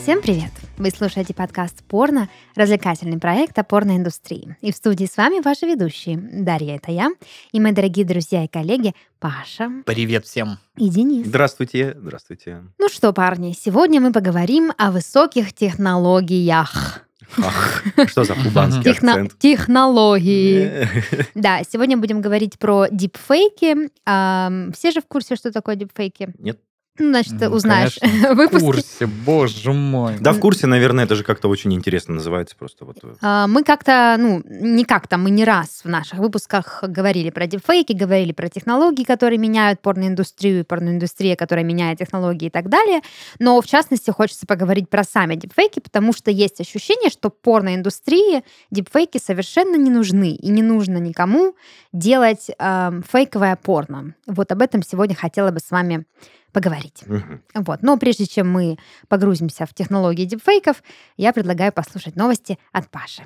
Всем привет! Вы слушаете подкаст «Порно», развлекательный проект о порноиндустрии. И в студии с вами ваши ведущие. Дарья — это я, и мои дорогие друзья и коллеги Паша. Привет всем. И Денис. Здравствуйте, здравствуйте. Ну что, парни, сегодня мы поговорим о высоких технологиях. Что за кубанский акцент? Технологии. Да, сегодня будем говорить про дипфейки. Все же в курсе, что такое дипфейки? Нет. Ну, значит, узнаешь в В выпуске. курсе, боже мой. Да, в курсе, наверное, это же как-то очень интересно называется просто. Вот. Мы как-то, мы не раз в наших выпусках говорили про дипфейки, говорили про технологии, которые меняют порноиндустрию, и порноиндустрия, которая меняет технологии и так далее. Но, в частности, хочется поговорить про сами дипфейки, потому что есть ощущение, что порноиндустрии дипфейки совершенно не нужны, и не нужно никому делать фейковое порно. Вот об этом сегодня хотела бы с вами поговорить. Вот. Но прежде чем мы погрузимся в технологии дипфейков, я предлагаю послушать новости от Паши.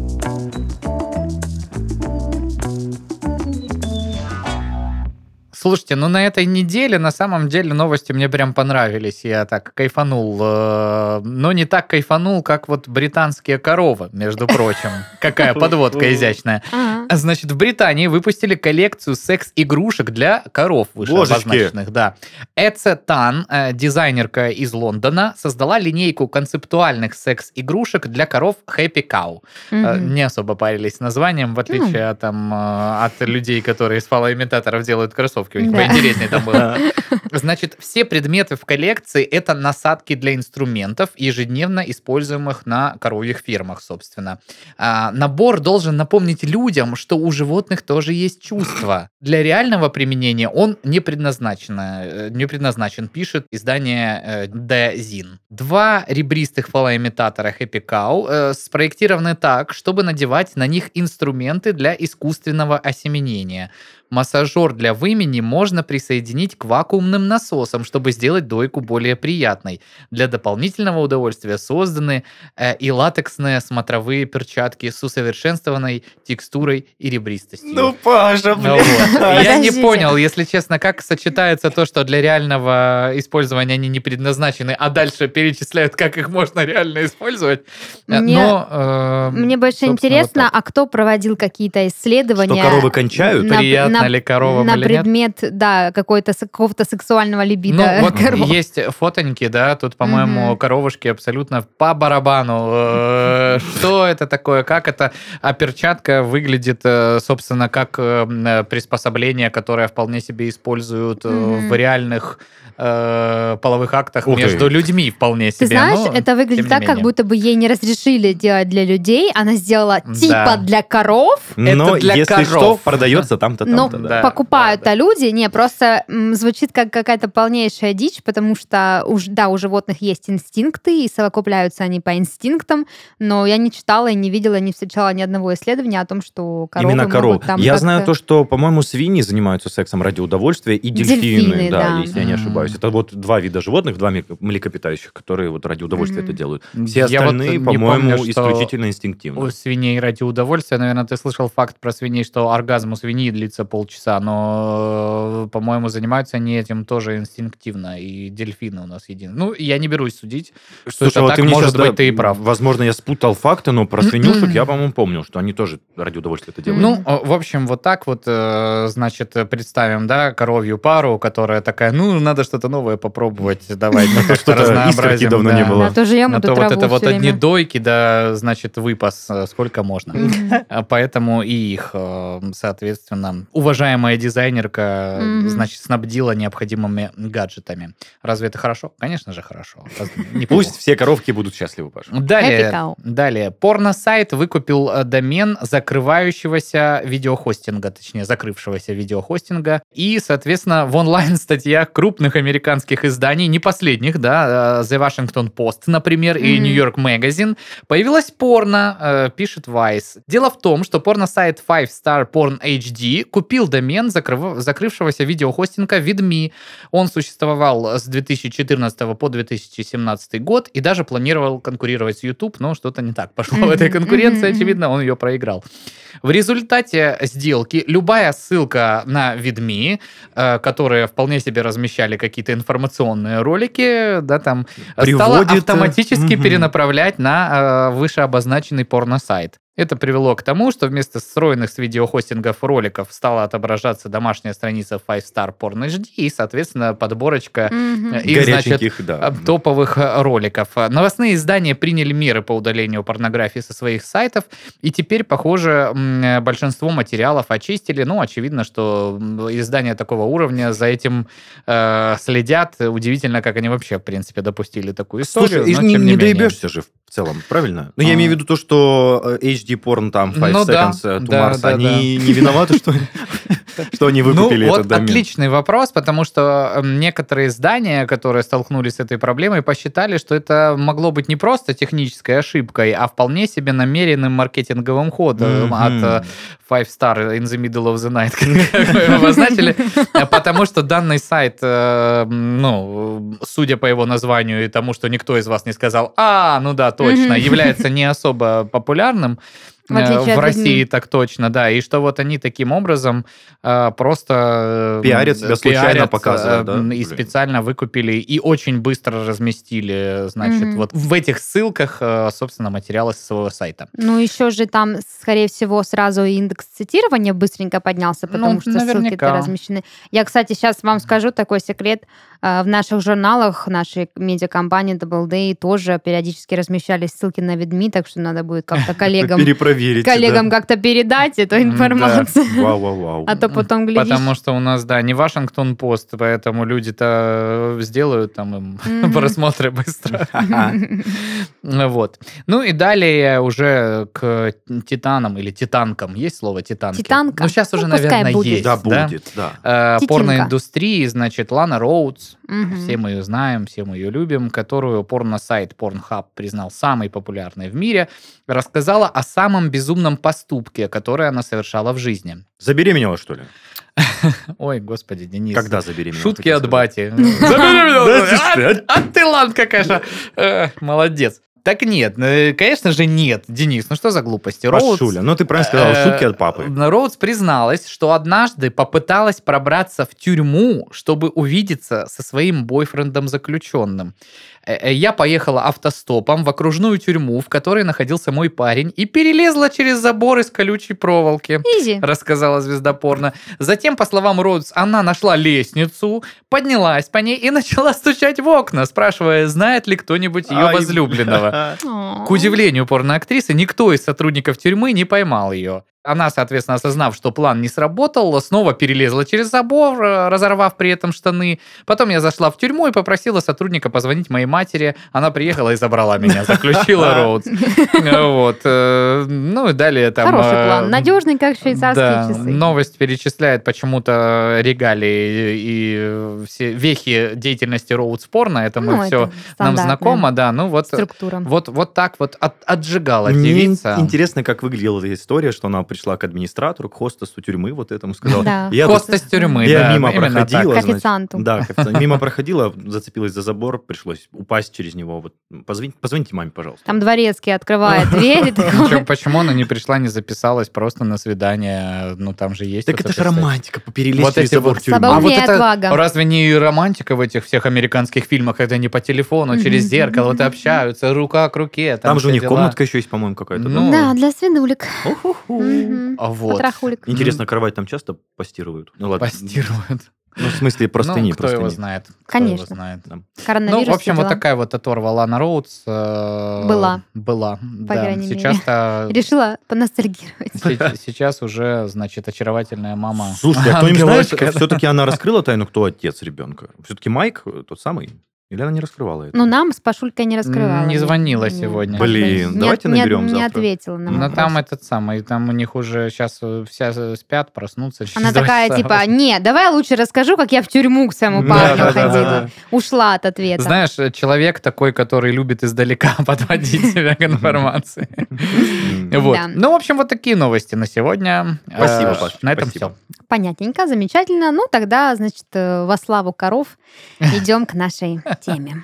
Слушайте, на этой неделе на самом деле новости мне прям понравились. Я так кайфанул. Но не так кайфанул, как вот британские коровы, между прочим. Какая подводка изящная. Значит, в Британии выпустили коллекцию секс-игрушек для коров вышеобозначенных. Да. Эце Тан, дизайнерка из Лондона, создала линейку концептуальных секс-игрушек для коров Happy Cow. Не особо парились с названием, в отличие от людей, которые из фалоимитаторов делают кроссовки. У них поинтереснее там было. Значит, все предметы в коллекции — это насадки для инструментов, ежедневно используемых на коровьих фермах, собственно. Набор должен напомнить людям, что у животных тоже есть чувства. Для реального применения он не предназначен, пишет издание The Zin. 2 ребристых фалоимитатора Happy Cow спроектированы так, чтобы надевать на них инструменты для искусственного осеменения. Массажер для вымени можно присоединить к вакуумным насосам, чтобы сделать дойку более приятной. Для дополнительного удовольствия созданы и латексные смотровые перчатки с усовершенствованной текстурой и ребристостью. Ну, Паша, блин. Я не понял, если честно, как сочетается то, что для реального использования они не предназначены, а дальше перечисляют, как их можно реально использовать. Мне больше интересно, вот а кто проводил какие-то исследования? Что коровы кончают? Приятно ли коровам на или нет? предмет, да, какого-то сексуального либидо коров. Есть фотоньки, да, тут, по-моему, коровушки абсолютно по барабану. Что это такое, как это? А перчатка выглядит, собственно, как приспособление, которое вполне себе используют в реальных половых актах между людьми вполне себе. Ты знаешь, это выглядит так, как будто бы ей не разрешили делать для людей, она сделала типа для коров. Но это для если коров. Что, продается там-то, там-то. Но покупают-то люди. Не, просто звучит как какая-то полнейшая дичь, потому что у животных есть инстинкты, и совокупляются они по инстинктам, но я не читала и не видела, не встречала ни одного исследования о том, что коровы Именно коров. могут там Я знаю то, что, по-моему, свиньи занимаются сексом ради удовольствия, и дельфины, да, если я не ошибаюсь. Это вот 2 вида животных, 2 млекопитающих, которые вот ради удовольствия это делают. Все остальные, по-моему, исключительно инстинктивно. У свиней ради удовольствия, наверное, ты слышал факт про свиней, что оргазм у свиньи длится полчаса, но, по-моему, занимаются они этим тоже инстинктивно, и дельфины у нас едины. Ну, я не берусь судить, что Слушай, это так, может быть, ты и прав. Возможно, я спутал факты, но про свинюшек я, по-моему, помню, что они тоже ради удовольствия это делают. Ну, в общем, вот так вот, значит, представим, да, коровью пару, которая такая, надо что-то новое попробовать, давай, что-то разнообразим. Давно не было. Да, тоже ем эту вот траву это вот всё одни время. дойки, да, значит, выпас сколько можно. Поэтому и их, соответственно, уважаемая дизайнерка, значит, снабдила необходимыми гаджетами. Разве это хорошо? Конечно же, хорошо. Пусть все коровки будут счастливы, Паша. Далее. Порно-сайт выкупил домен закрывшегося видеохостинга, и, соответственно, в онлайн-статьях крупных американских изданий, не последних, да, The Washington Post, например, и New York Magazine, появилось порно, пишет Vice. Дело в том, что порно-сайт 5 Star Porn HD купил домен закрывшегося видеохостинга Vidme СМИ. Он существовал с 2014 по 2017 год и даже планировал конкурировать с YouTube, но что-то не так пошло в этой конкуренции, очевидно, он ее проиграл. В результате сделки любая ссылка на Видми, которые вполне себе размещали какие-то информационные ролики, да, там, стала автоматически перенаправлять на вышеобозначенный порносайт. Это привело к тому, что вместо встроенных с видеохостингов роликов стала отображаться домашняя страница 5-Star Porn HD и, соответственно, подборочка их, значит, топовых роликов. Новостные издания приняли меры по удалению порнографии со своих сайтов, и теперь, похоже, большинство материалов очистили. Ну, очевидно, что издания такого уровня за этим следят. Удивительно, как они вообще, в принципе, допустили такую историю. Слушай, не доебешься же в целом, правильно? Ну, я имею в виду то, что HD-порн там, 5 Seconds to Mars, они не виноваты, что они выкупили этот домен? Отличный вопрос, потому что некоторые издания, которые столкнулись с этой проблемой, посчитали, что это могло быть не просто технической ошибкой, а вполне себе намеренным маркетинговым ходом от 5 Star in the middle of the night, как вы его обозначили, потому что данный сайт, ну, судя по его названию и тому, что никто из вас не сказал, ну да, точно, является не особо популярным в России, так точно, да, и что вот они таким образом просто пиарят себя, случайно показывают, да? И специально выкупили и очень быстро разместили, значит, вот в этих ссылках, собственно, материалы со своего сайта. Ну, еще же там, скорее всего, сразу индекс цитирования быстренько поднялся, потому что ссылки-то размещены. Я, кстати, сейчас вам скажу такой секрет. В наших журналах, нашей медиакомпании Double Day тоже периодически размещались ссылки на Видми, так что надо будет как-то коллегам как-то передать эту информацию. Вау. А то потом глядишь... Потому что у нас, да, не Вашингтон-Пост, поэтому люди-то сделают там им просмотры быстро. Вот. Ну и далее уже к титанам или титанкам. Есть слово титанки? Титанка? Ну, сейчас уже, наверное, есть. Да, будет, да. Порноиндустрии, значит, Лана Роудс, все мы ее знаем, все мы ее любим, которую порносайт Pornhub признал самой популярной в мире, рассказала о самом безумном поступке, который она совершала в жизни. Забеременела, что ли? Ой, господи, Денис. Когда забеременела? Шутки от бати. Забеременела! А ты, ладно, какая же. Молодец. Так нет, конечно же нет, Денис, ну что за глупости? Пашуля, ну ты правильно сказал, шутки от папы. Роудс призналась, что однажды попыталась пробраться в тюрьму, чтобы увидеться со своим бойфрендом-заключенным. Я поехала автостопом в окружную тюрьму, в которой находился мой парень, и перелезла через забор из колючей проволоки, рассказала звезда порно. Затем, по словам Роудс, она нашла лестницу, поднялась по ней и начала стучать в окна, спрашивая, знает ли кто-нибудь ее возлюбленного. К удивлению порноактрисы, никто из сотрудников тюрьмы не поймал ее. Она, соответственно, осознав, что план не сработал, снова перелезла через забор, разорвав при этом штаны. Потом я зашла в тюрьму и попросила сотрудника позвонить моей матери. Она приехала и забрала меня, заключила Роудс. Вот. Ну и далее там... Хороший план. Надежный, как швейцарские часы. Новость перечисляет почему-то регалии и все вехи деятельности Роудс порно. Это мы все нам знакомо, да. Ну вот. Структура. Вот так вот отжигала девица. Мне интересно, как выглядела эта история, что она пришла к администратору, к хостесу тюрьмы, вот этому сказала. Да. Хостес тюрьмы, да. Я мимо проходила. К официанту. Да, мимо проходила, зацепилась за забор, пришлось упасть через него. Вот, позвоните маме, пожалуйста. Там дворецкий открывает дверь. Почему она не пришла, не записалась просто на свидание? Ну, там же есть... Так это же романтика, перелезть через забор тюрьмы. А вот это разве не романтика в этих всех американских фильмах, когда они по телефону, через зеркало вот общаются, рука к руке? Там же у них комнатка еще есть, по-моему, какая-то. Да, для свинулек. Вот. Интересно, кровать там часто постируют? Ну, ладно. Постируют. Ну, в смысле, простыни. Кто его знает? Конечно. Ну, в общем, вот такая вот оторва Лана Роудс. Была. По крайней мере. Решила поностальгировать. Сейчас уже, значит, очаровательная мама. Слушай, а кто-нибудь знает, все-таки она раскрыла тайну, кто отец ребенка? Все-таки Майк тот самый? Или она не раскрывала это? Ну, нам с Пашулькой не раскрывала. Не звонила сегодня. Блин, давайте наберем завтра. Не ответила на вопрос. Но там этот самый, там у них уже сейчас все спят, проснутся. Она такая, типа, не, давай лучше расскажу, как я в тюрьму к своему парню ходила. Ушла от ответа. Знаешь, человек такой, который любит издалека подводить себя к информации. Вот. Ну, в общем, вот такие новости на сегодня. Спасибо, Паш. На этом все. Понятненько, замечательно. Ну, тогда, значит, во славу коров идем к нашей теме.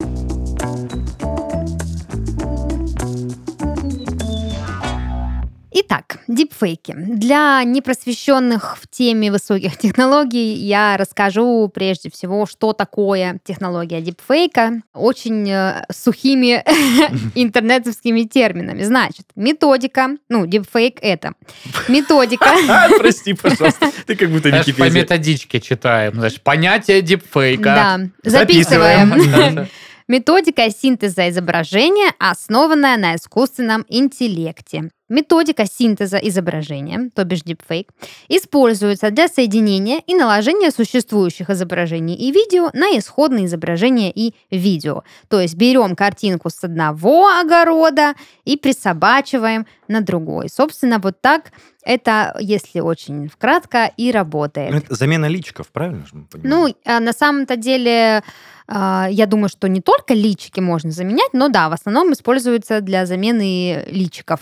Итак, дипфейки. Для непросвещенных в теме высоких технологий я расскажу прежде всего, что такое технология дипфейка, очень сухими интернетовскими терминами. Значит, методика, дипфейк это методика. Прости, пожалуйста, ты как будто Википедия. По методичке читаем, значит, понятие дипфейка. Да, записываем. Методика синтеза изображения, основанная на искусственном интеллекте. Методика синтеза изображения, то бишь deepfake, используется для соединения и наложения существующих изображений и видео на исходные изображения и видео. То есть берем картинку с одного огорода и присобачиваем на другой. Собственно, вот так это, если очень вкратко, и работает. Это замена личиков, правильно же мы понимаем? На самом-то деле, я думаю, что не только личики можно заменять, но да, в основном используется для замены личиков.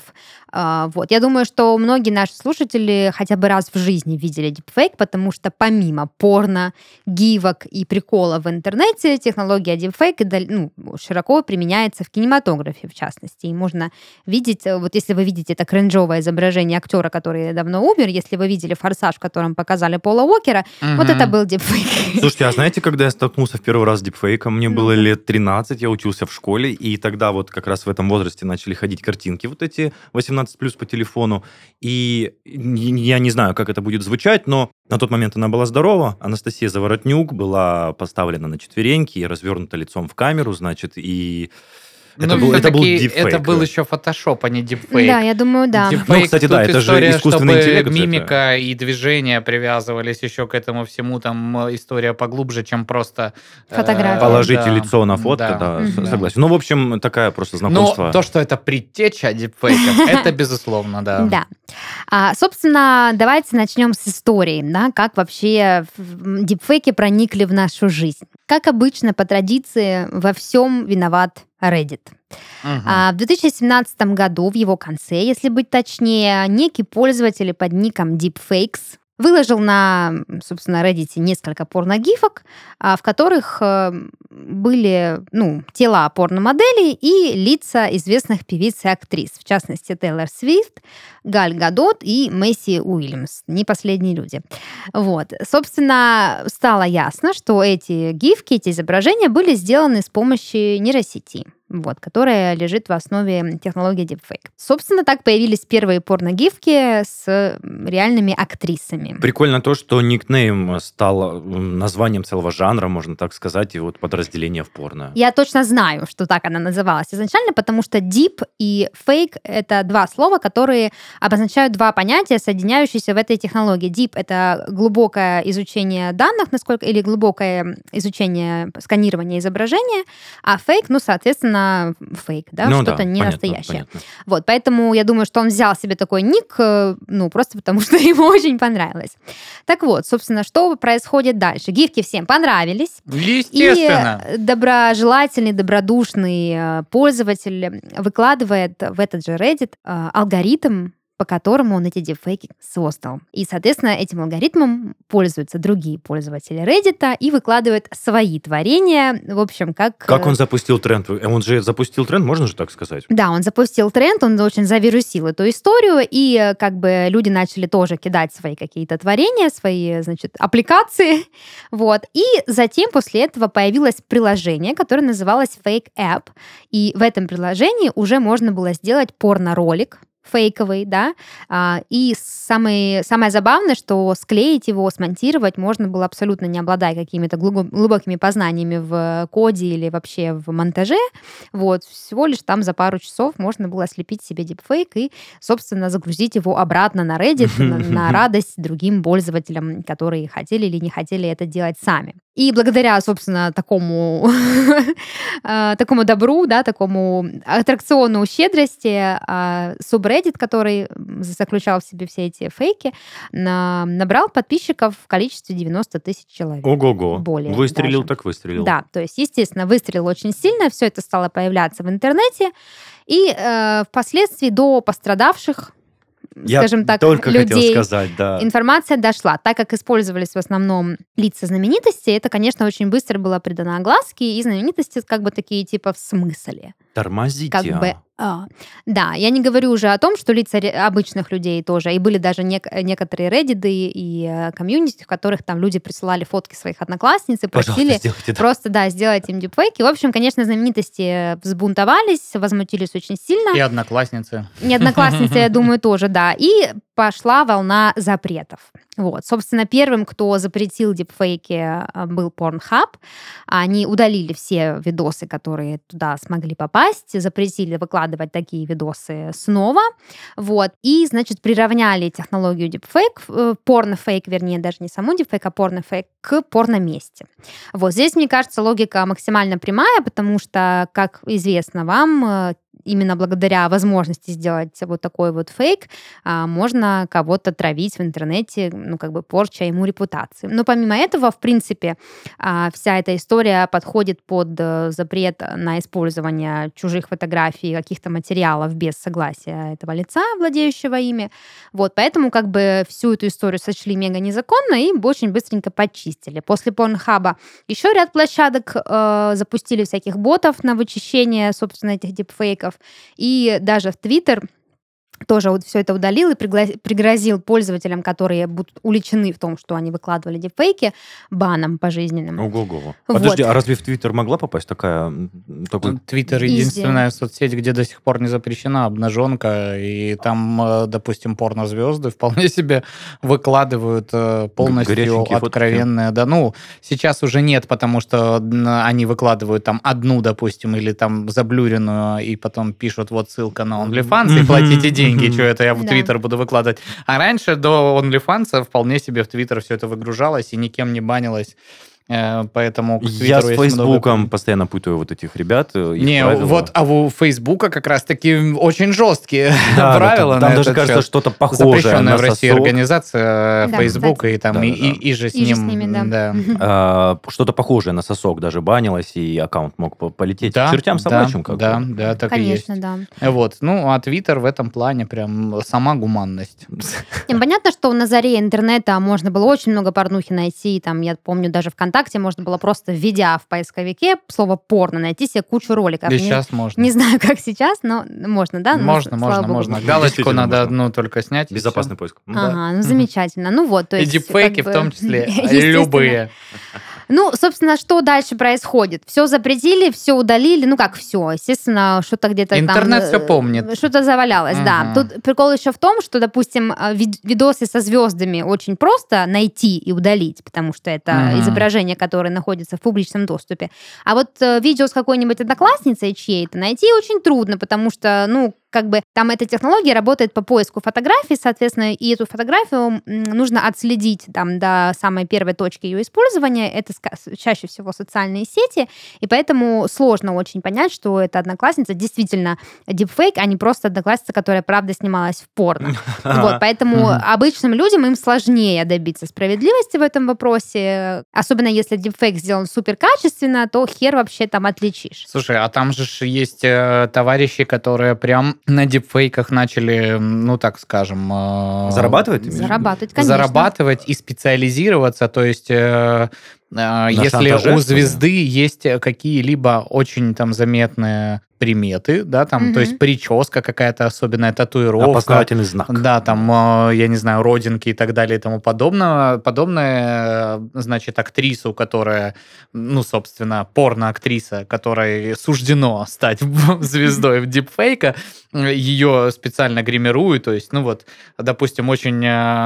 Вот. Я думаю, что многие наши слушатели хотя бы раз в жизни видели дипфейк, потому что помимо порно, гивок и приколов в интернете, технология дипфейк широко применяется в кинематографе, в частности. И можно видеть, вот если вы видите это кринжовое изображение актера, который давно умер, если вы видели «Форсаж», в котором показали Пола Уокера, вот это был дипфейк. Слушайте, а знаете, когда я столкнулся в первый раз с дипфейком, мне было лет 13, я учился в школе, и тогда вот как раз в этом возрасте начали ходить картинки вот эти 18+ по телефону, и я не знаю, как это будет звучать, но на тот момент она была здорова, Анастасия Заворотнюк была поставлена на четвереньки и развернута лицом в камеру, значит, и... Это был дипфейк. Это был еще фотошоп, а не дипфейк. Да, я думаю, да. Дипфейк, кстати, да, это же искусственный интеллект. Мимика и движения привязывались еще к этому всему, там история поглубже, чем просто... Фотография. Положите лицо на фотко, согласен. Ну, в общем, такая просто знакомство. Но то, что это предтеча дипфейков, это безусловно, да. Да. Собственно, давайте начнем с истории, да, как вообще дипфейки проникли в нашу жизнь. Как обычно, по традиции, во всем виноват Reddit. В 2017 году, в его конце, если быть точнее, некий пользователь под ником Deepfakes выложил на, собственно, Reddit несколько порногифок, в которых были тела порномоделей и лица известных певиц и актрис, в частности, Тейлор Свифт, Галь Гадот и Месси Уильямс, не последние люди. Вот. Собственно, стало ясно, что эти гифки, эти изображения были сделаны с помощью нейросети, которая лежит в основе технологии Deepfake. Собственно, так появились первые порногифки с реальными актрисами. Прикольно то, что никнейм стал названием целого жанра, можно так сказать, и вот подразделение в порно. Я точно знаю, что так она называлась изначально, потому что deep и fake — это два слова, которые обозначают два понятия, соединяющиеся в этой технологии. Deep — это глубокое изучение данных, или глубокое изучение сканирования изображения, а fake, соответственно, фейк, что-то не настоящее. Вот, поэтому я думаю, что он взял себе такой ник, просто потому что ему очень понравилось. Так вот, собственно, что происходит дальше? Гифки всем понравились. Естественно. И доброжелательный, добродушный пользователь выкладывает в этот же Reddit алгоритм, по которому он эти дипфейки создал. И, соответственно, этим алгоритмом пользуются другие пользователи Reddit и выкладывают свои творения, в общем, Как он запустил тренд? Он же запустил тренд, можно же так сказать? Да, он запустил тренд, он очень завирусил эту историю, и люди начали тоже кидать свои какие-то творения, свои, аппликации, И затем после этого появилось приложение, которое называлось Fake App, и в этом приложении уже можно было сделать порно-ролик, фейковый, да, и самое забавное, что склеить его, смонтировать можно было абсолютно не обладая какими-то глубокими познаниями в коде или вообще в монтаже. Вот, всего лишь там за пару часов можно было слепить себе дипфейк и, собственно, загрузить его обратно на Reddit на радость другим пользователям, которые хотели или не хотели это делать сами. И благодаря, собственно, такому добру, да, такому аттракциону щедрости, субреддит, который заключал в себе все эти фейки, набрал подписчиков в количестве 90 тысяч человек. Ого-го. Более выстрелил даже. Так выстрелил. Да, то есть, естественно, выстрелил очень сильно, все это стало появляться в интернете, и впоследствии до пострадавших, скажем так, только людей, хотел сказать, да. информация дошла. Так как использовались в основном лица знаменитостей, это, конечно, очень быстро было придано огласке, и знаменитости как бы такие типа в смысле. Тормозите. Как бы, да, я не говорю уже о том, что лица обычных людей тоже, и были даже некоторые реддиты и комьюнити, в которых там люди присылали фотки своих одноклассниц и просили просто, да, сделать им дипфейки. В общем, конечно, знаменитости взбунтовались, возмутились очень сильно. И одноклассницы. И одноклассницы, я думаю, тоже, да. И пошла волна запретов. Вот. Собственно, первым, кто запретил дипфейки, был Pornhub. Они удалили все видосы, которые туда смогли попасть, запретили выкладывать такие видосы снова. Вот. И, значит, приравняли технологию дипфейк, порнофейк, вернее, даже не саму дипфейк, а порнофейк, к порноместе. Вот. Здесь, мне кажется, логика максимально прямая, потому что, как известно вам, именно благодаря возможности сделать вот такой вот фейк можно кого-то травить в интернете, ну, как бы порча ему репутации. Но помимо этого, в принципе, вся эта история подходит под запрет на использование чужих фотографий, каких-то материалов без согласия этого лица, владеющего ими. Вот, поэтому как бы всю эту историю сочли мега незаконно и очень быстренько почистили. После Pornhub еще ряд площадок запустили всяких ботов на вычищение, собственно, этих дипфейков. И даже в Twitter тоже вот все это удалил и пригрозил пользователям, которые будут уличены в том, что они выкладывали дипфейки, баном пожизненным. Ого-го. Подожди, а разве в Твиттер могла попасть такой... Твиттер — единственная соцсеть, где до сих пор не запрещена обнаженка, и там, допустим, порнозвезды вполне себе выкладывают полностью откровенные. Да, ну, сейчас уже нет, потому что они выкладывают там одну, допустим, или там заблюренную, и потом пишут, вот ссылка на OnlyFans, и платите деньги. Что это я в Твиттер буду выкладывать. А раньше до OnlyFans вполне себе в Твиттер все это выгружалось и никем не банилось. Поэтому я с Фейсбуком постоянно путаю вот этих ребят. Не, вот, а у Фейсбука как раз-таки очень жесткие правила. Там даже, кажется, что-то похожее на запрещенная в России организация Фейсбука, и там и же с ними. Что-то похожее на сосок даже банилось, и аккаунт мог полететь к чертям собачьим. Да, так и есть. Конечно, да. Вот, ну, а Твиттер в этом плане прям сама гуманность. Понятно, что на заре интернета можно было очень много порнухи найти, там, я помню, даже ВКонтакте можно было просто, введя в поисковике слово «порно», найти себе кучу роликов. И сейчас можно. Не знаю, как сейчас, но можно, да? Можно. Галочку надо одну только снять. Безопасный поиск. Ага, ну замечательно. Ну вот, то есть... И дипфейки в том числе, любые. Ну, собственно, что дальше происходит? Все запретили, все удалили, ну как все, естественно, что-то где-то там... Интернет все помнит. Что-то завалялось, да. Тут прикол еще в том, что, допустим, видосы со звездами очень просто найти и удалить, потому что это изображение, которое находится в публичном доступе. А вот видео с какой-нибудь одноклассницей чьей-то найти очень трудно, потому что, ну, как бы там эта технология работает по поиску фотографий, соответственно, и эту фотографию нужно отследить там до самой первой точки ее использования. Это чаще всего социальные сети, и поэтому сложно очень понять, что это одноклассница действительно дипфейк, а не просто одноклассница, которая правда снималась в порно. Вот, поэтому обычным людям им сложнее добиться справедливости в этом вопросе, особенно если дипфейк сделан суперкачественно, то хер вообще там отличишь. Слушай, а там же есть товарищи, которые прям на дипфейках начали, ну, так скажем... Зарабатывать? Зарабатывать, конечно. Зарабатывать и специализироваться, то есть... Если у звезды есть какие-либо очень там заметные приметы, да, там, то есть прическа какая-то особенная, татуировка. Опознавательный знак. Да, там, я не знаю, родинки и так далее и тому подобное. Значит, актрису, которая, ну, собственно, порно-актриса, которой суждено стать звездой дипфейка, ее специально гримируют, то есть, ну, вот, допустим, очень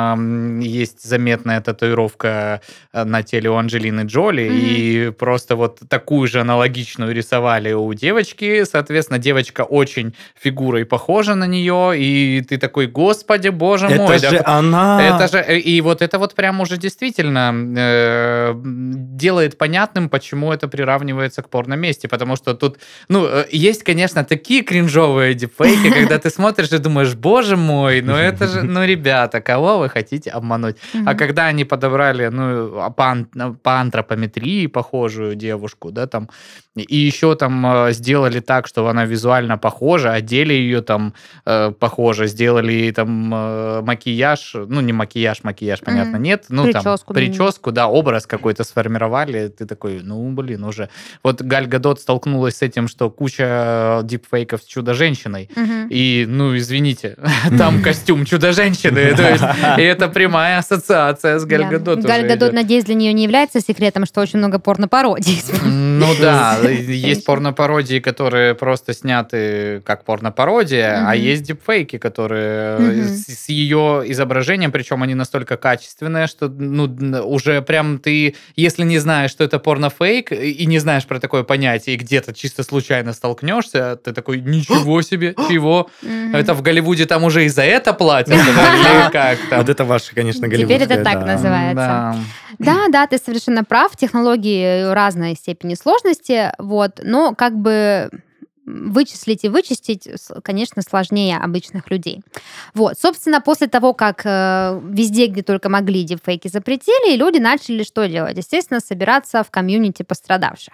есть заметная татуировка на теле у Анджелины Джоли, и просто вот такую же аналогичную рисовали у девочки, соответственно, девочка очень фигурой похожа на нее, и ты такой, господи, боже мой. Это же она! Это же, и вот это вот прям уже действительно делает понятным, почему это приравнивается к порно-мести, потому что тут, ну, есть, конечно, такие кринжовые дипфейки, когда ты смотришь и думаешь, боже мой, ну это же, ну, ребята, кого вы хотите обмануть? А когда они подобрали, ну, по антропометрии похожую девушку, да, там, и еще там сделали так, что она визуально похожа, одели ее там похоже, сделали ей там макияж, ну, не макияж, понятно, нет, ну, прическу, там, прическу, да, образ какой-то сформировали, ты такой, ну, блин, уже. Вот Галь Гадот столкнулась с этим, что куча дипфейков с Чудо-женщиной, и, ну, извините, там костюм Чудо-женщины, то есть, и это прямая ассоциация с Галь Гадот. Галь Гадот, надеюсь, для нее не является секретом, что очень много порно-пародий. Ну да, есть порно-пародии, которые просто сняты как порно-пародия, а есть дипфейки, которые с ее изображением, причем они настолько качественные, что, ну, уже прям ты, если не знаешь, что это порно-фейк, и не знаешь про такое понятие, и где-то чисто случайно столкнешься, ты такой, ничего себе, чего? Это в Голливуде там уже и за это платят? Или как там? Вот это ваше, конечно, голливудское. Теперь это так называется. Да, ты совершенно прав. Технологии разной степени сложности, вот, но как бы вычислить и вычистить, конечно, сложнее обычных людей. Вот, собственно, после того, как везде, где только могли, дипфейки запретили, люди начали что делать? Естественно, собираться в комьюнити пострадавших.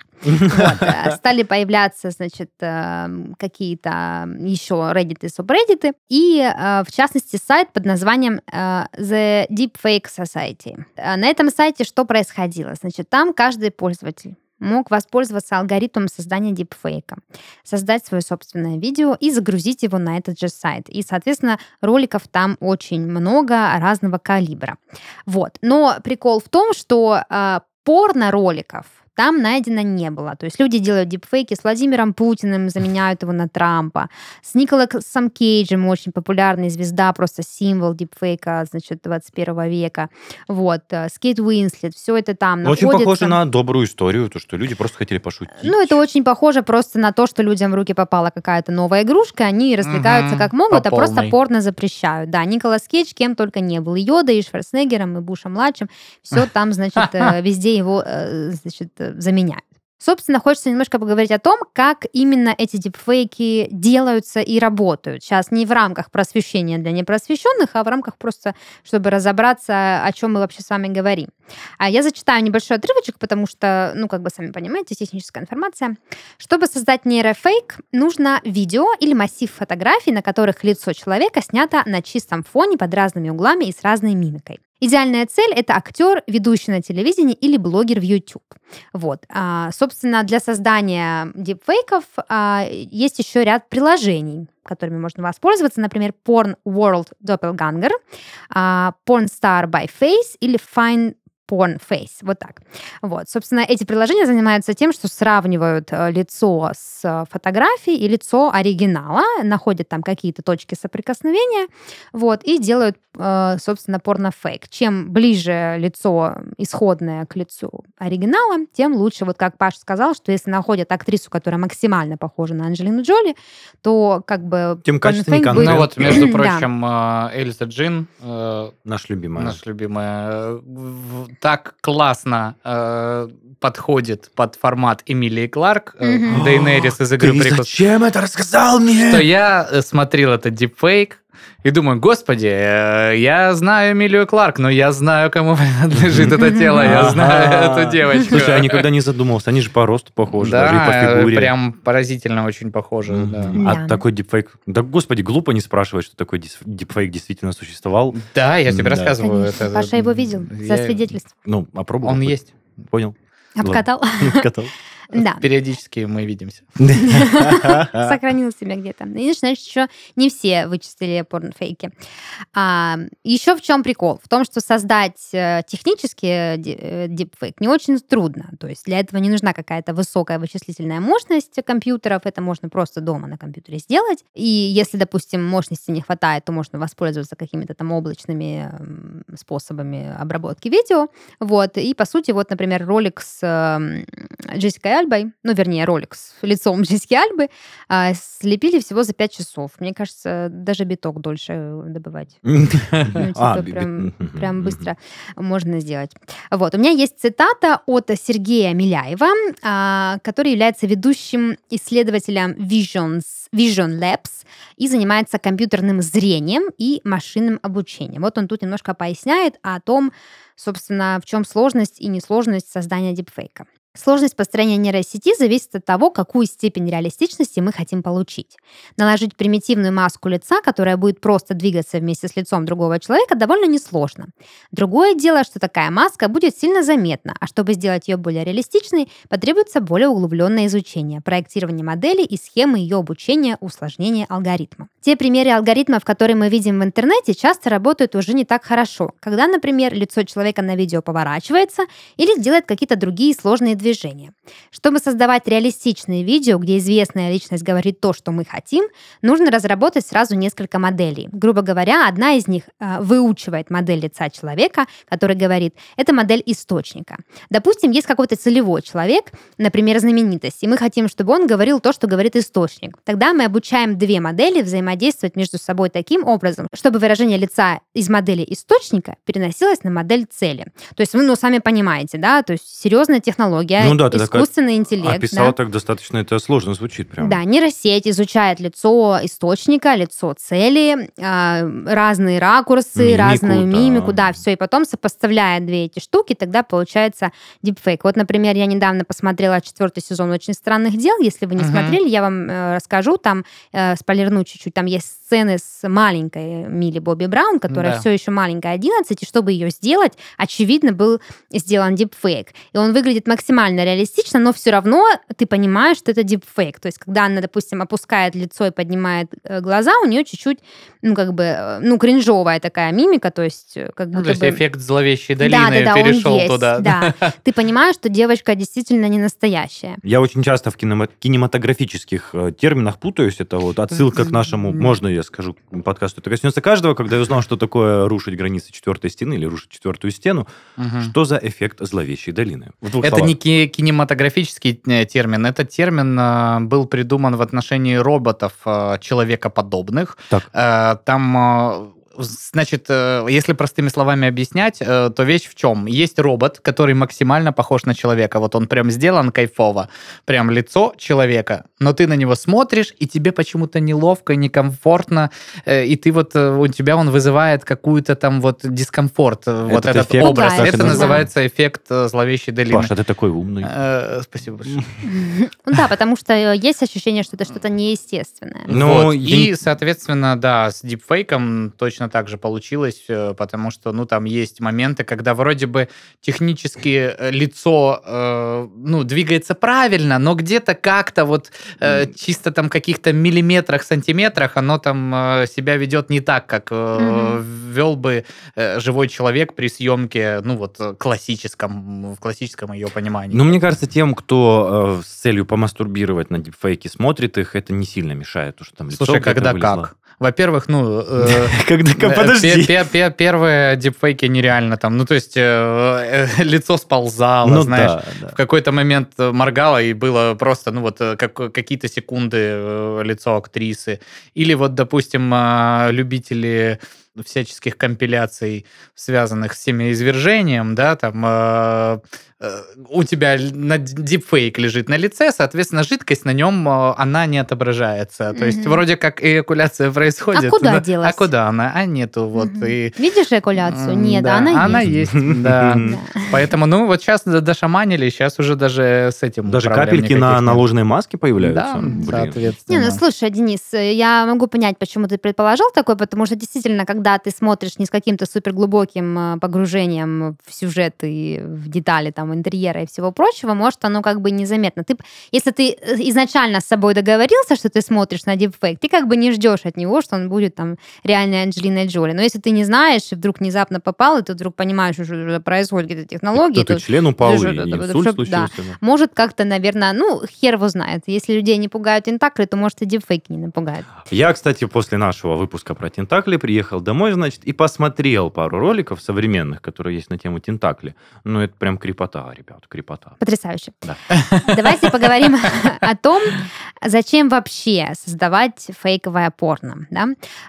Стали появляться, значит, какие-то еще Reddit и субреддиты, и, в частности, сайт под названием The Deepfake Society. На этом сайте что происходило? Значит, там каждый пользователь мог воспользоваться алгоритмом создания дипфейка, создать свое собственное видео и загрузить его на этот же сайт. И, соответственно, роликов там очень много разного калибра. Вот. Но прикол в том, что порно-роликов там найдено не было. То есть люди делают дипфейки с Владимиром Путиным, заменяют его на Трампа. С Николасом Кейджем, очень популярный звезда, просто символ дипфейка, значит, 21 века. Вот. С Кейт Уинслет, все это там находится. Очень похоже на добрую историю, то, что люди просто хотели пошутить. Ну, это очень похоже просто на то, что людям в руки попала какая-то новая игрушка, они развлекаются как могут, а просто порно запрещают. Да, Николас Кейдж кем только не был. И Йодой, и Шварценеггером, и Бушем-младшим. Все там, значит, везде его, значит, заменяют. Собственно, хочется немножко поговорить о том, как именно эти дипфейки делаются и работают. Сейчас не в рамках просвещения для непросвещенных, а в рамках просто, чтобы разобраться, о чем мы вообще с вами говорим. Я зачитаю небольшой отрывочек, потому что, ну, как бы сами понимаете, техническая информация. Чтобы создать нейрофейк, нужно видео или массив фотографий, на которых лицо человека снято на чистом фоне под разными углами и с разной мимикой. Идеальная цель — это актер, ведущий на телевидении или блогер в YouTube. Вот. Собственно, для создания дипфейков есть еще ряд приложений, которыми можно воспользоваться. Например, Porn World Doppelganger, Pornstar by Face или Find Porn Face. Вот так. Вот. Собственно, эти приложения занимаются тем, что сравнивают лицо с фотографией и лицо оригинала, находят там какие-то точки соприкосновения, вот, и делают, собственно, порнофейк. Чем ближе лицо исходное к лицу оригинала, тем лучше. Вот как Паша сказал, что если находят актрису, которая максимально похожа на Анджелину Джоли, то как бы... Тем качественнее контент. Ну вот, между прочим, Эльза Джин, наша любимая, так классно подходит под формат Эмилии Кларк, Дейенерис из «Игры престолов». Ты зачем это рассказал мне? Что я смотрел этот дипфейк и думаю, господи, я знаю Эмилию Кларк, но я знаю, кому принадлежит это тело, я знаю эту девочку. Слушай, я никогда не задумывался, они же по росту похожи, даже и по фигуре. Да, прям поразительно очень похожи. А такой дипфейк... Да, господи, глупо не спрашивать, что такой дипфейк действительно существовал. Да, я тебе рассказываю. Паша его видел, за свидетельство. Ну, опробовал. Он есть. Понял. Обкатал. Да. Периодически мы видимся. Сохранил себя где-то. И, значит, еще не все вычислили порнофейки. Еще в чем прикол? В том, что создать технически дипфейк не очень трудно. То есть для этого не нужна какая-то высокая вычислительная мощность компьютеров. Это можно просто дома на компьютере сделать. И если, допустим, мощности не хватает, то можно воспользоваться какими-то там облачными способами обработки видео. Вот. И, по сути, вот, например, ролик с Джессикой Альбой, ролик с лицом Джессики Альбы слепили всего за 5 часов. Мне кажется, даже биток дольше добывать. Прям быстро можно сделать. Вот. У меня есть цитата от Сергея Миляева, который является ведущим исследователем Vision Labs и занимается компьютерным зрением и машинным обучением. Вот он тут немножко поясняет о том, собственно, в чем сложность и несложность создания дипфейка. Сложность построения нейросети зависит от того, какую степень реалистичности мы хотим получить. Наложить примитивную маску лица, которая будет просто двигаться вместе с лицом другого человека, довольно несложно. Другое дело, что такая маска будет сильно заметна, а чтобы сделать ее более реалистичной, потребуется более углубленное изучение, проектирование модели и схемы ее обучения, усложнение алгоритма. Те примеры алгоритмов, которые мы видим в интернете, часто работают уже не так хорошо, когда, например, лицо человека на видео поворачивается или делает какие-то другие сложные движения. Чтобы создавать реалистичные видео, где известная личность говорит то, что мы хотим, нужно разработать сразу несколько моделей. Грубо говоря, одна из них выучивает модель лица человека, который говорит, это модель источника. Допустим, есть какой-то целевой человек, например, знаменитость, и мы хотим, чтобы он говорил то, что говорит источник. Тогда мы обучаем две модели взаимодействовать между собой таким образом, чтобы выражение лица из модели источника переносилось на модель цели. То есть вы, сами понимаете, да, то есть серьезная технология, искусственный интеллект. Описала так достаточно, это сложно звучит прям. Да, нейросеть изучает лицо источника, лицо цели, разные ракурсы, разную мимику, да, все, и потом сопоставляя две эти штуки, тогда получается дипфейк. Вот, например, я недавно посмотрела 4-й сезон «Очень странных дел», если вы не смотрели, я вам расскажу, там, спойлерну чуть-чуть, там есть сцены с маленькой Милли Бобби Браун, которая все еще маленькая, 11, и чтобы ее сделать, очевидно, был сделан дипфейк. И он выглядит максимально реалистично, но все равно ты понимаешь, что это дипфейк. То есть, когда она, допустим, опускает лицо и поднимает глаза, у нее чуть-чуть, кринжовая такая мимика, то есть, как будто то есть эффект зловещей долины перешел туда. Да, ты понимаешь, что девочка действительно не настоящая. Я очень часто в кинематографических терминах путаюсь. Это вот отсылка к нашему, можно я скажу, подкасту «Это коснется каждого», когда я узнал, что такое рушить границы 4-й стены или рушить 4-ю стену. Что за эффект зловещей долины? Это не кинематографический термин, этот термин был придуман в отношении роботов человекоподобных. Там... Значит, если простыми словами объяснять, то вещь в чем? Есть робот, который максимально похож на человека. Вот он прям сделан кайфово. Прям лицо человека. Но ты на него смотришь, и тебе почему-то неловко, некомфортно. И ты вот, у тебя он вызывает какую-то там вот дискомфорт. Вот этот образ. Это называется эффект зловещей долины. Паша, ты такой умный. Спасибо большое. Да, потому что есть ощущение, что это что-то неестественное. И, соответственно, да, с дипфейком точно так же получилось, потому что, там есть моменты, когда вроде бы технически лицо, двигается правильно, но где-то как-то вот чисто там каких-то миллиметрах, сантиметрах оно там себя ведет не так, как вел бы живой человек при съемке, в классическом ее понимании. Мне кажется, тем, кто с целью помастурбировать на дипфейки смотрит их, это не сильно мешает, потому что там лицо. Слушай, когда как? Во-первых, подожди. Первые дипфейки нереально там, то есть лицо сползало, знаешь, в какой-то момент моргало, и было просто, какие-то секунды лицо актрисы. Или вот, допустим, любители всяческих компиляций, связанных с семяизвержением, да, там у тебя дипфейк лежит на лице, соответственно, жидкость на нем, она не отображается. То есть вроде как эякуляция происходит. А куда делась? А куда она? А нету. Вот, и... Видишь эякуляцию? Нет, да, она есть. Она есть, да. Поэтому, ну, вот сейчас дошаманили, сейчас уже даже с этим даже капельки на наложенной маске появляются? Да, соответственно. Не, ну, слушай, Денис, я могу понять, почему ты предположил такое, потому что действительно, когда ты смотришь не с каким-то суперглубоким погружением в сюжет и в детали там интерьера и всего прочего, может, оно как бы незаметно. Если ты изначально с собой договорился, что ты смотришь на дипфейк, ты как бы не ждешь от него, что он будет там реальной Анджелиной Джоли. Но если ты не знаешь, и вдруг внезапно попал, и ты вдруг понимаешь, что уже происходят какие-то технологии. Кто-то член упал, и инсульт случился. Да. Может, как-то, наверное, ну, хер его знает. Если людей не пугают тентакли, то, может, и дипфейки не напугают. Я, кстати, после нашего выпуска про тентакли приехал домой, значит, и посмотрел пару роликов современных, которые есть на тему тентакли. Ну, это прям крепота, ребят, крепота. Потрясающе. Да. Давайте поговорим о том, зачем вообще создавать фейковое порно. Да?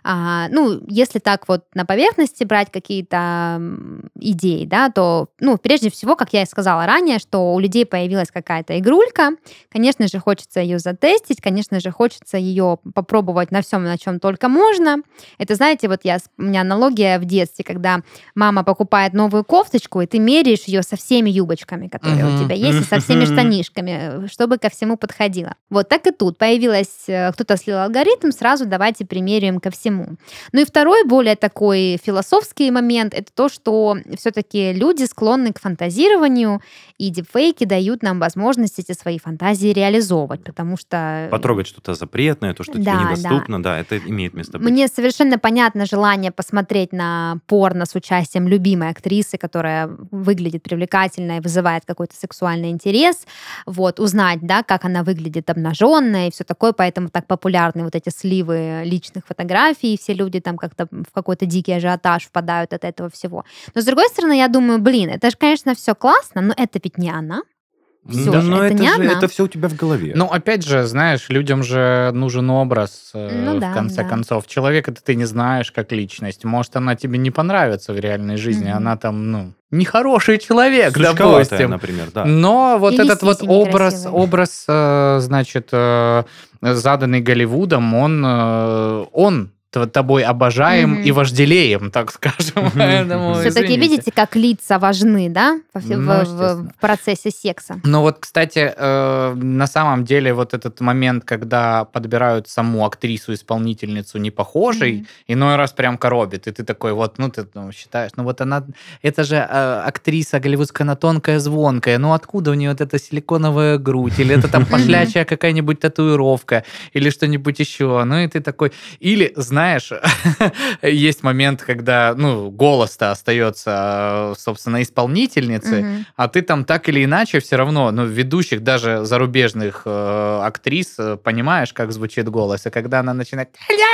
Ну, если так вот на поверхности брать какие-то идеи, да, то, ну, прежде всего, как я и сказала ранее, что у людей появилась какая-то игрулька, конечно же, хочется ее затестить, конечно же, хочется ее попробовать на всем, на чем только можно. Это, знаете, вот у меня аналогия в детстве, когда мама покупает новую кофточку, и ты меряешь ее со всеми юбочками, которые у тебя есть, и со всеми штанишками, чтобы ко всему подходило. Вот так и тут появилась, кто-то слил алгоритм, сразу давайте примеряем ко всему. Ну и второй, более такой философский момент, это то, что все-таки люди склонны к фантазированию, и дипфейки дают нам возможность эти свои фантазии реализовывать, потому что... Потрогать что-то запретное, то, что тебе недоступно, да, это имеет место быть. Мне совершенно понятно желание посмотреть на порно с участием любимой актрисы, которая выглядит привлекательно и вызывает какой-то сексуальный интерес, вот, узнать, да, как она выглядит обнаженная и все такое, поэтому так популярны вот эти сливы личных фотографий, и все люди там как-то в какой-то дикий ажиотаж впадают от этого всего. Но с другой стороны, я думаю, блин, это же, конечно, все классно, но это ведь не она. Всё, да, но это все у тебя в голове. Ну, опять же, знаешь, людям же нужен образ, в конце концов. Человека ты не знаешь как личность. Может, она тебе не понравится в реальной жизни, она там, ну, нехороший человек, допустим. Например, да. Но вот или этот вот образ, значит, заданный Голливудом, он тобой обожаем и вожделеем, так скажем. Все-таки видите, как лица важны, да, в процессе секса. Ну вот, кстати, на самом деле вот этот момент, когда подбирают саму актрису-исполнительницу не похожей, иной раз прям коробит, и ты такой вот, ну ты считаешь, ну вот она, это же актриса голливудская, она тонкая, звонкая, ну откуда у нее вот эта силиконовая грудь, или это там пошлячая какая-нибудь татуировка, или что-нибудь еще, ну и ты такой, или, знаешь, есть момент, когда, ну, голос-то остается, собственно, исполнительницы, а ты там так или иначе все равно, ну, ведущих, даже зарубежных актрис, понимаешь, как звучит голос, и когда она начинает...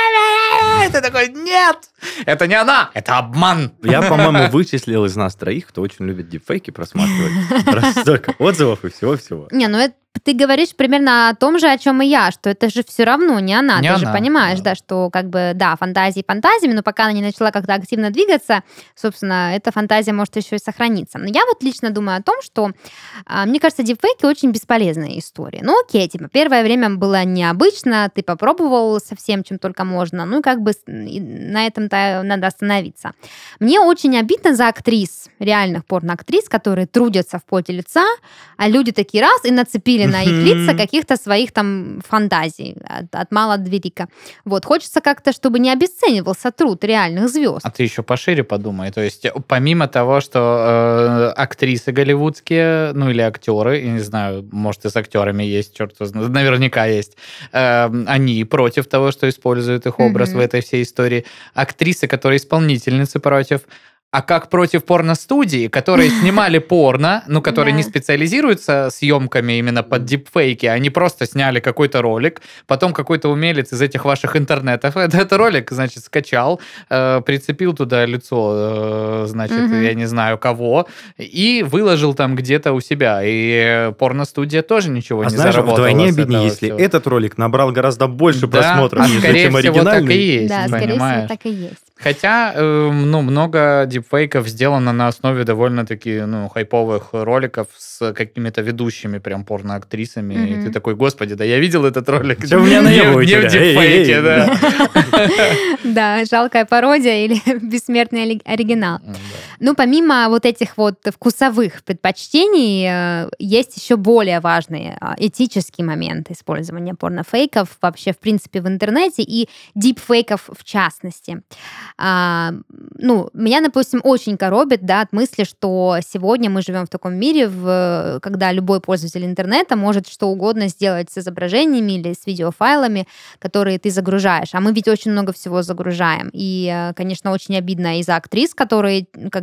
Ты такой, нет, это не она, это обман. Я, по-моему, вычислил из нас троих, кто очень любит дипфейки просматривать. Просто столько отзывов и всего-всего. Не, ну это ты говоришь примерно о том же, о чем и я, что это же все равно не она. Ты же понимаешь, да, что как бы, да, фантазии фантазиями, но пока она не начала как-то активно двигаться, собственно, эта фантазия может еще и сохраниться. Но я вот лично думаю о том, что, мне кажется, дипфейки очень бесполезная история. Ну окей, типа, первое время было необычно, ты попробовал со всем, чем только можно, ну как бы на этом-то надо остановиться. Мне очень обидно за актрис, реальных порноактрис, которые трудятся в поте лица, а люди такие раз и нацепили на их лица каких-то своих там фантазий от мала до велика. Вот. Хочется как-то, чтобы не обесценивался труд реальных звезд. А ты еще пошире подумай. То есть, помимо того, что актрисы голливудские, ну или актеры, я не знаю, может, и с актерами есть, черт знает, наверняка есть, они против того, что используют их образ в этой всей истории. Актрисы, которые исполнительницы, против. А как против порностудии, которые снимали порно, ну, которые не специализируются съемками именно под дипфейки, они просто сняли какой-то ролик, потом какой-то умелец из этих ваших интернетов этот ролик, значит, скачал, прицепил туда лицо, значит, я не знаю кого, и выложил там где-то у себя. И порностудия тоже ничего не заработала. Вдвойне обиднее, если этот ролик набрал гораздо больше просмотров, чем оригинальный. Так и есть, да, скорее всего, так и есть. Хотя, ну, много дипфейков сделано на основе довольно-таки, хайповых роликов с какими-то ведущими прям порноактрисами. И ты такой, господи, да я видел этот ролик. Что у меня наяву не в дипфейке, да. Да, жалкая пародия или бессмертный оригинал. Ну, помимо вот этих вот вкусовых предпочтений, есть еще более важные этические моменты использования порнофейков вообще, в принципе, в интернете и дипфейков в частности. Меня, допустим, очень коробит, да, от мысли, что сегодня мы живем в таком мире, когда любой пользователь интернета может что угодно сделать с изображениями или с видеофайлами, которые ты загружаешь. А мы ведь очень много всего загружаем. И, конечно, очень обидно из-за актрис, которые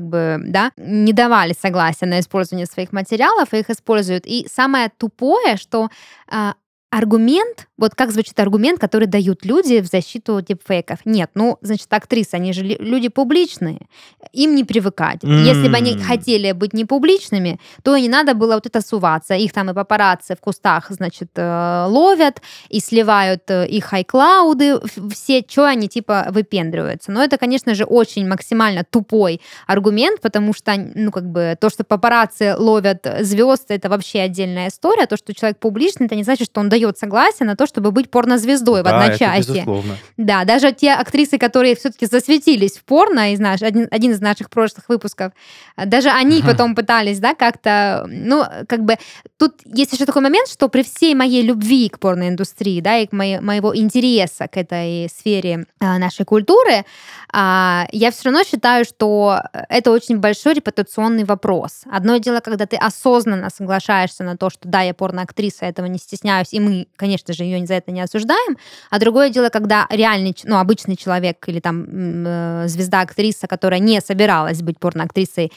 не давали согласия на использование своих материалов, и их используют. И самое тупое, что аргумент, вот как звучит аргумент, который дают люди в защиту дипфейков. Нет, значит, актрисы, они же люди публичные, им не привыкать. Если бы они хотели быть не публичными, то и не надо было вот это суваться. Их там и папарацци в кустах, значит, ловят и сливают их айклауды, все, что они типа выпендриваются. Но это, конечно же, очень максимально тупой аргумент, потому что, то, что папарацци ловят звезд, это вообще отдельная история. То, что человек публичный, это не значит, что он дает согласие на то, чтобы быть порнозвездой в одночасье. Это безусловно. Да, даже те актрисы, которые все-таки засветились в порно, один из наших прошлых выпусков, даже они потом пытались, да, как-то, тут есть еще такой момент, что при всей моей любви к порноиндустрии, да, и к моего интереса к этой сфере нашей культуры, я все равно считаю, что это очень большой репутационный вопрос. Одно дело, когда ты осознанно соглашаешься на то, что да, я порноактриса, этого не стесняюсь, и мы, конечно же, ее за это не осуждаем, а другое дело, когда реальный, обычный человек или там звезда-актриса, которая не собиралась быть порноактрисой,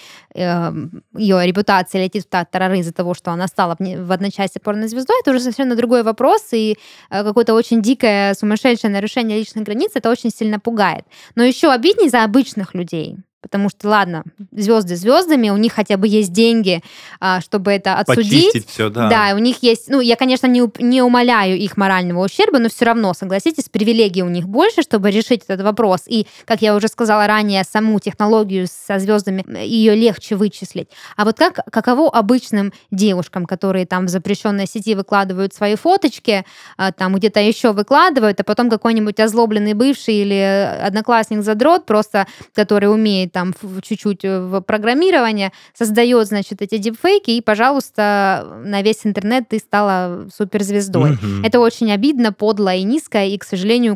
ее репутация летит в тартарары из-за того, что она стала в одночасье порнозвездой, это уже совершенно другой вопрос, и какое-то очень дикое, сумасшедшее нарушение личных границ, это очень сильно пугает. Но еще обиднее за обычных людей. Потому что, ладно, звезды звездами, у них хотя бы есть деньги, чтобы это отсудить. Почистить все, да. Да, у них есть... я, конечно, не умаляю их морального ущерба, но все равно, согласитесь, привилегий у них больше, чтобы решить этот вопрос. И, как я уже сказала ранее, саму технологию со звездами, ее легче вычислить. А вот каково обычным девушкам, которые там в запрещенной сети выкладывают свои фоточки, там где-то еще выкладывают, а потом какой-нибудь озлобленный бывший или одноклассник-задрот, просто который умеет там чуть-чуть в программирование, создает, значит, эти дипфейки, и, пожалуйста, на весь интернет ты стала суперзвездой. Это очень обидно, подло и низко, и, к сожалению,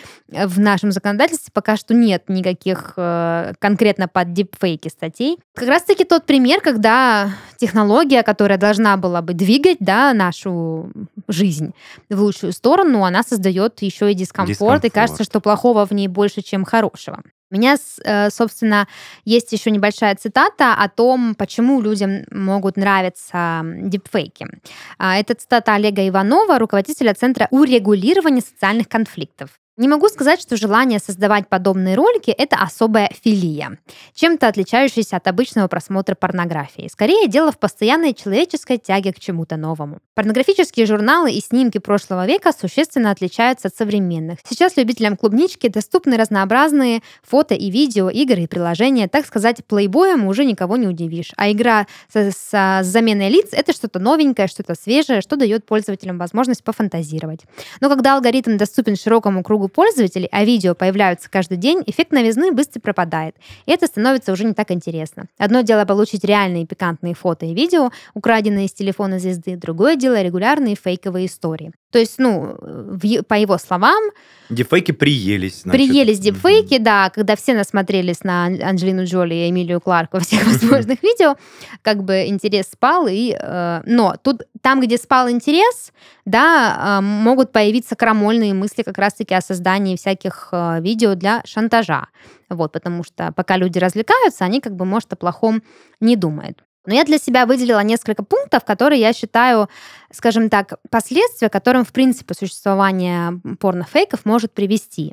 в нашем законодательстве пока что нет никаких конкретно под дипфейки статей. Как раз-таки тот пример, когда технология, которая должна была бы двигать, да, нашу жизнь в лучшую сторону, она создает еще и дискомфорт, и кажется, что плохого в ней больше, чем хорошего. У меня, собственно, есть еще небольшая цитата о том, почему людям могут нравиться дипфейки. Это цитата Олега Иванова, руководителя Центра урегулирования социальных конфликтов. Не могу сказать, что желание создавать подобные ролики – это особая филия, чем-то отличающаяся от обычного просмотра порнографии. Скорее, дело в постоянной человеческой тяге к чему-то новому. Порнографические журналы и снимки прошлого века существенно отличаются от современных. Сейчас любителям клубнички доступны разнообразные фото и видео, игры и приложения. Так сказать, плейбоем уже никого не удивишь. А игра с заменой лиц – это что-то новенькое, что-то свежее, что дает пользователям возможность пофантазировать. Но когда алгоритм доступен широкому кругу пользователей, а видео появляются каждый день, эффект новизны быстро пропадает. И это становится уже не так интересно. Одно дело получить реальные пикантные фото и видео, украденные из телефона звезды, другое дело регулярные фейковые истории. То есть, по его словам... Дипфейки приелись, значит. Приелись дипфейки, да, когда все насмотрелись на Анджелину Джоли и Эмилию Кларк во всех возможных видео, интерес спал, но тут, там, где спал интерес, да, могут появиться крамольные мысли как раз-таки о создании всяких видео для шантажа, потому что пока люди развлекаются, они может о плохом не думают. Но я для себя выделила несколько пунктов, которые я считаю, скажем так, последствия, к которым, в принципе, существование порнофейков может привести.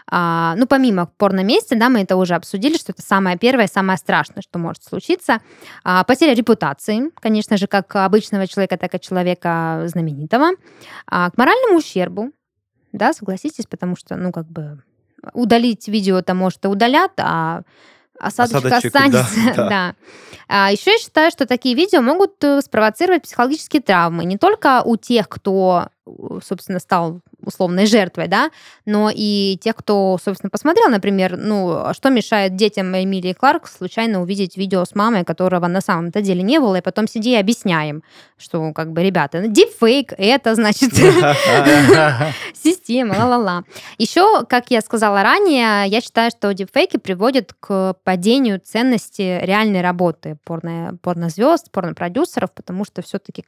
Помимо порноместе, да, мы это уже обсудили, что это самое первое, самое страшное, что может случиться. Потеря репутации, конечно же, как обычного человека, так и человека знаменитого. К моральному ущербу, да, согласитесь, потому что, удалить видео-то, может, и удалят, а осадочек останется. Да. Еще я считаю, что такие видео могут спровоцировать психологические травмы не только у тех, кто, собственно, стал условной жертвой, да, но и тех, кто, собственно, посмотрел, например, что мешает детям Эмилии Кларк случайно увидеть видео с мамой, которого на самом-то деле не было, и потом сиди и объясняем, что, ребята, дипфейк, это, значит, система, ла-ла-ла. Еще, как я сказала ранее, я считаю, что дипфейки приводят к падению ценности реальной работы порнозвезд, порнопродюсеров, потому что все-таки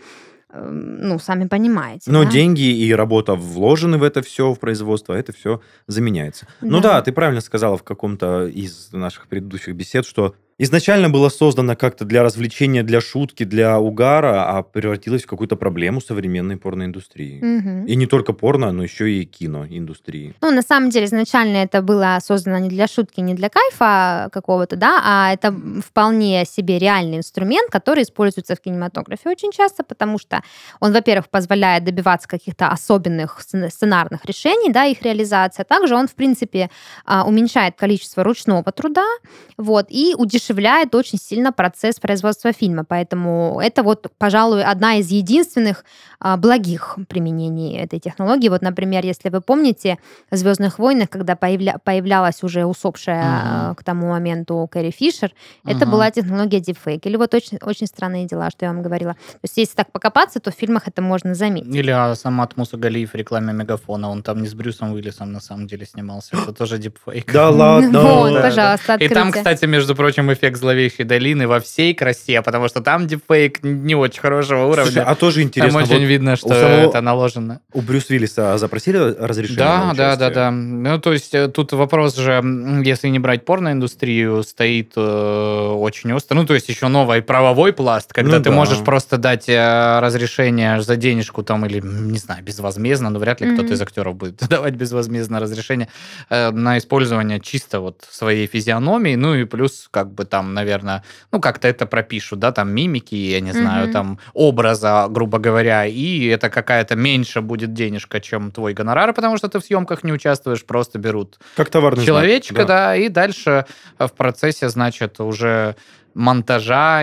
сами понимаете. Но деньги и работа вложены в это все, в производство, это все заменяется. Да, ты правильно сказала в каком-то из наших предыдущих бесед, что изначально было создано как-то для развлечения, для шутки, для угара, а превратилось в какую-то проблему современной порноиндустрии. Угу. И не только порно, но еще и киноиндустрии. На самом деле, изначально это было создано не для шутки, не для кайфа какого-то, да, а это вполне себе реальный инструмент, который используется в кинематографе очень часто, потому что он, во-первых, позволяет добиваться каких-то особенных сценарных решений, да, их реализации, а также он, в принципе, уменьшает количество ручного труда, и удешевляет очень сильно процесс производства фильма. Поэтому это пожалуй, одна из единственных благих применений этой технологии. Например, если вы помните, в «Звездных войнах», когда появлялась уже усопшая к тому моменту Кэрри Фишер, это была технология дипфейк. Или очень, очень странные дела, что я вам говорила. То есть, если так покопаться, то в фильмах это можно заметить. Или Самат Мусагалиев в рекламе Мегафона. Он там не с Брюсом Уиллисом на самом деле снимался. Это тоже дипфейк. Да ладно. Пожалуйста, открытие. И там, кстати, между прочим, эффект зловещей долины во всей красе, потому что там дипфейк не очень хорошего уровня. Слушай, а тоже интересно. Там очень видно, что это наложено. У Брюса Уиллиса запросили разрешение? Да. То есть тут вопрос же, если не брать порноиндустрию, стоит очень остро. То есть еще новый правовой пласт, когда ты можешь просто дать разрешение за денежку там или, не знаю, безвозмездно, но вряд ли кто-то из актеров будет давать безвозмездно разрешение на использование чисто своей физиономии, и плюс там, наверное, как-то это пропишут, да, там мимики, я не знаю, там образа, грубо говоря, и это какая-то меньше будет денежка, чем твой гонорар, потому что ты в съемках не участвуешь, просто берут как товарный человечка, знак, да, и дальше в процессе, значит, уже монтажа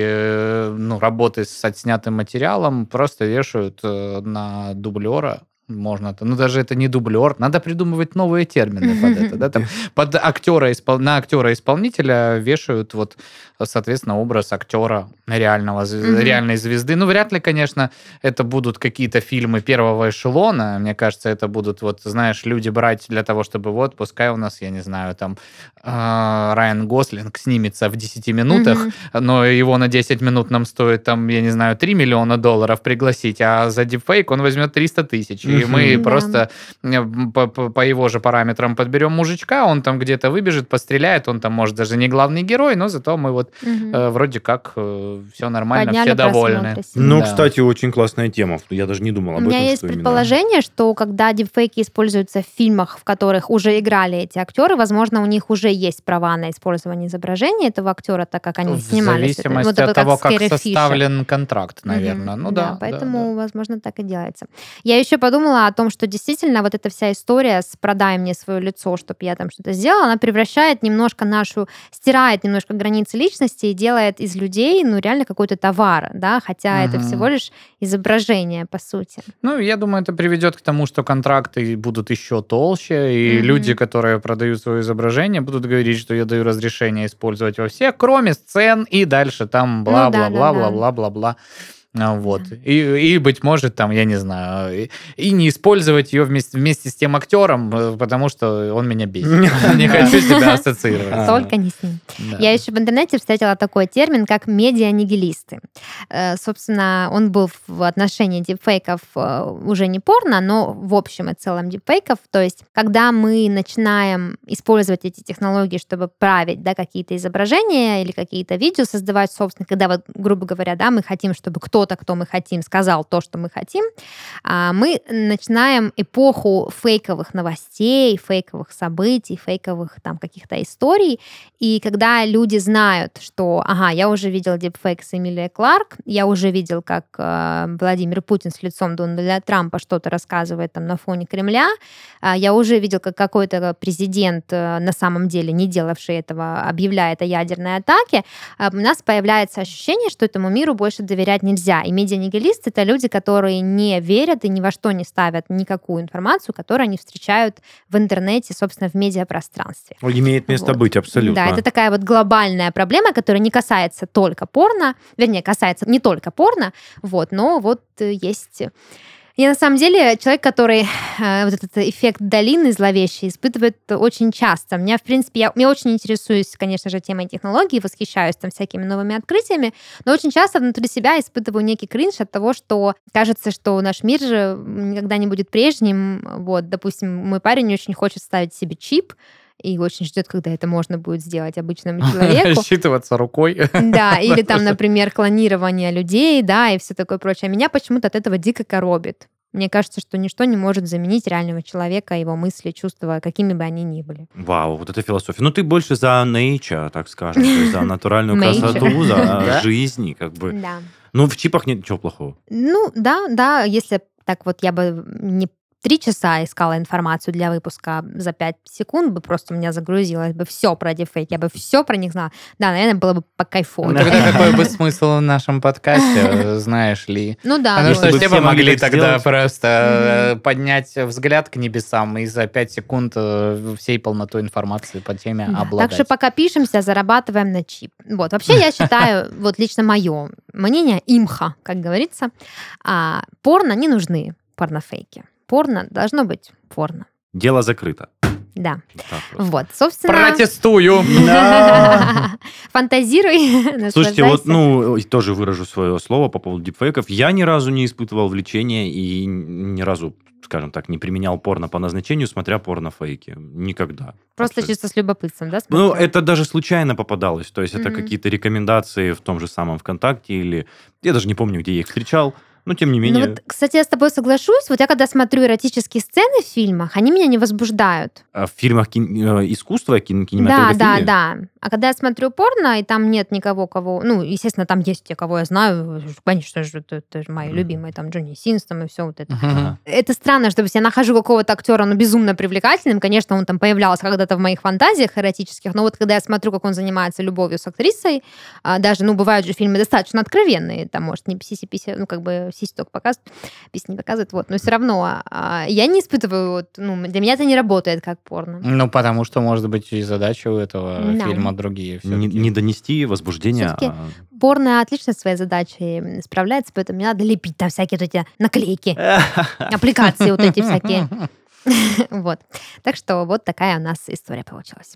и работы с отснятым материалом просто вешают на дублера. Можно, даже это не дублер, надо придумывать новые термины под это, да, там на актера-исполнителя вешают соответственно, образ актера реальной звезды. Вряд ли, конечно, это будут какие-то фильмы первого эшелона, мне кажется, это будут, знаешь, люди брать для того, чтобы пускай у нас, я не знаю, там Райан Гослинг снимется в 10 минутах, но его на 10 минут нам стоит, там, я не знаю, $3 миллиона пригласить, а за дипфейк он возьмет 300 тысяч. И мы просто по его же параметрам подберем мужичка, он там где-то выбежит, постреляет, он там, может, даже не главный герой, но зато мы вроде как все нормально, подняли, все довольны. Кстати, очень классная тема. Я даже не думал об этом. У меня есть предположение, что когда дипфейки используются в фильмах, в которых уже играли эти актеры, возможно, у них уже есть права на использование изображения этого актера, так как они снимались. В зависимости от того, как составлен контракт, наверное. Поэтому, возможно, так и делается. Я еще подумала о том, что действительно эта вся история с «продай мне свое лицо, чтобы я там что-то сделала», она превращает немножко стирает немножко границы личности и делает из людей, реально какой-то товар, да, хотя это всего лишь изображение, по сути. Я думаю, это приведет к тому, что контракты будут еще толще, и люди, которые продают свое изображение, будут говорить, что я даю разрешение использовать во всех, кроме сцен, и дальше там бла-бла-бла-бла-бла-бла-бла. И, быть может, там, я не знаю, и не использовать ее вместе с тем актером, потому что он меня бесит. Не хочу себя ассоциировать. Только не с ним. Я еще в интернете встретила такой термин, как медианигилисты. Собственно, он был в отношении дипфейков уже не порно, но в общем и целом дипфейков. То есть, когда мы начинаем использовать эти технологии, чтобы править, да, какие-то изображения или какие-то видео создавать собственные, когда, грубо говоря, да, мы хотим, чтобы кто-то кто-то, кто мы хотим, сказал то, что мы хотим, мы начинаем эпоху фейковых новостей, фейковых событий, фейковых там каких-то историй. И когда люди знают, что, я уже видел дипфейк с Эмилией Кларк, я уже видел, как Владимир Путин с лицом Дональда Трампа что-то рассказывает там на фоне Кремля, я уже видел, как какой-то президент, на самом деле не делавший этого, объявляет о ядерной атаке, у нас появляется ощущение, что этому миру больше доверять нельзя. И медианигилисты — это люди, которые не верят и ни во что не ставят никакую информацию, которую они встречают в интернете, собственно, в медиапространстве. Имеет место быть, абсолютно. Да, это такая вот глобальная проблема, которая не касается только порно, вернее, касается не только порно, но есть... Я, на самом деле, человек, который вот этот эффект долины зловещий испытывает очень часто. Меня, в принципе, я очень интересуюсь, конечно же, темой технологий, восхищаюсь там всякими новыми открытиями, но очень часто внутри себя испытываю некий кринж от того, что кажется, что наш мир же никогда не будет прежним. Допустим, мой парень очень хочет ставить себе чип, и очень ждет, когда это можно будет сделать обычному человеку. Считываться рукой. Да, или там, например, клонирование людей, да, и все такое прочее. Меня почему-то от этого дико коробит. Мне кажется, что ничто не может заменить реального человека, его мысли, чувства, какими бы они ни были. Вау, вот это философия. Ты больше за nature, так скажем, то есть за натуральную красоту, за жизнь, как бы. Да. В чипах нет ничего плохого. Да, если так я бы не 3 часа искала информацию для выпуска, за 5 секунд бы просто у меня загрузилось бы все про дипфейк, я бы все про них знала. Да, наверное, было бы по кайфу. Тогда какой бы смысл в нашем подкасте, знаешь ли? Да. Потому что все бы могли тогда просто поднять взгляд к небесам и за 5 секунд всей полнотой информации по теме обладать. Так что пока пишемся, зарабатываем на чип. Вообще я считаю, лично мое мнение, имха, как говорится, порно не нужны, порнофейки. Порно должно быть порно. Дело закрыто. Да. Собственно... Протестую! Фантазируй, слушайте, тоже выражу свое слово по поводу дипфейков. Я ни разу не испытывал влечения и ни разу, скажем так, не применял порно по назначению, смотря порнофейки. Никогда. Просто абсолютно. Чисто с любопытством, да? Это даже случайно попадалось. То есть это какие-то рекомендации в том же самом ВКонтакте или... Я даже не помню, где я их встречал. Но тем не менее... Кстати, я с тобой соглашусь. Я когда смотрю эротические сцены в фильмах, они меня не возбуждают. А в фильмах искусства, кинематографии? Да. А когда я смотрю порно, и там нет никого, кого... естественно, там есть те, кого я знаю. Конечно же, это же мои любимые, там, Джонни Синс, там, и все вот это. Это странно, что если я нахожу какого-то актера, безумно привлекательным, конечно, он там появлялся когда-то в моих фантазиях эротических, но когда я смотрю, как он занимается любовью с актрисой, даже, бывают же фильмы достаточно откровенные, там, может, не писи-писи, сиси только показывают, писи не показывают, но все равно я не испытываю, для меня это не работает как порно. Потому что, может быть, и задача у этого фильма другие. Не донести возбуждение. Порно отлично своей задачей справляется, поэтому не надо лепить там всякие эти наклейки, аппликации эти всякие. Так что такая у нас история получилась.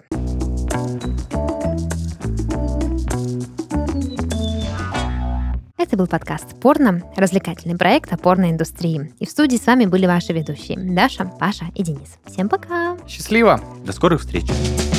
Это был подкаст «Порно», развлекательный проект о порноиндустрии. И в студии с вами были ваши ведущие Даша, Паша и Денис. Всем пока! Счастливо! До скорых встреч!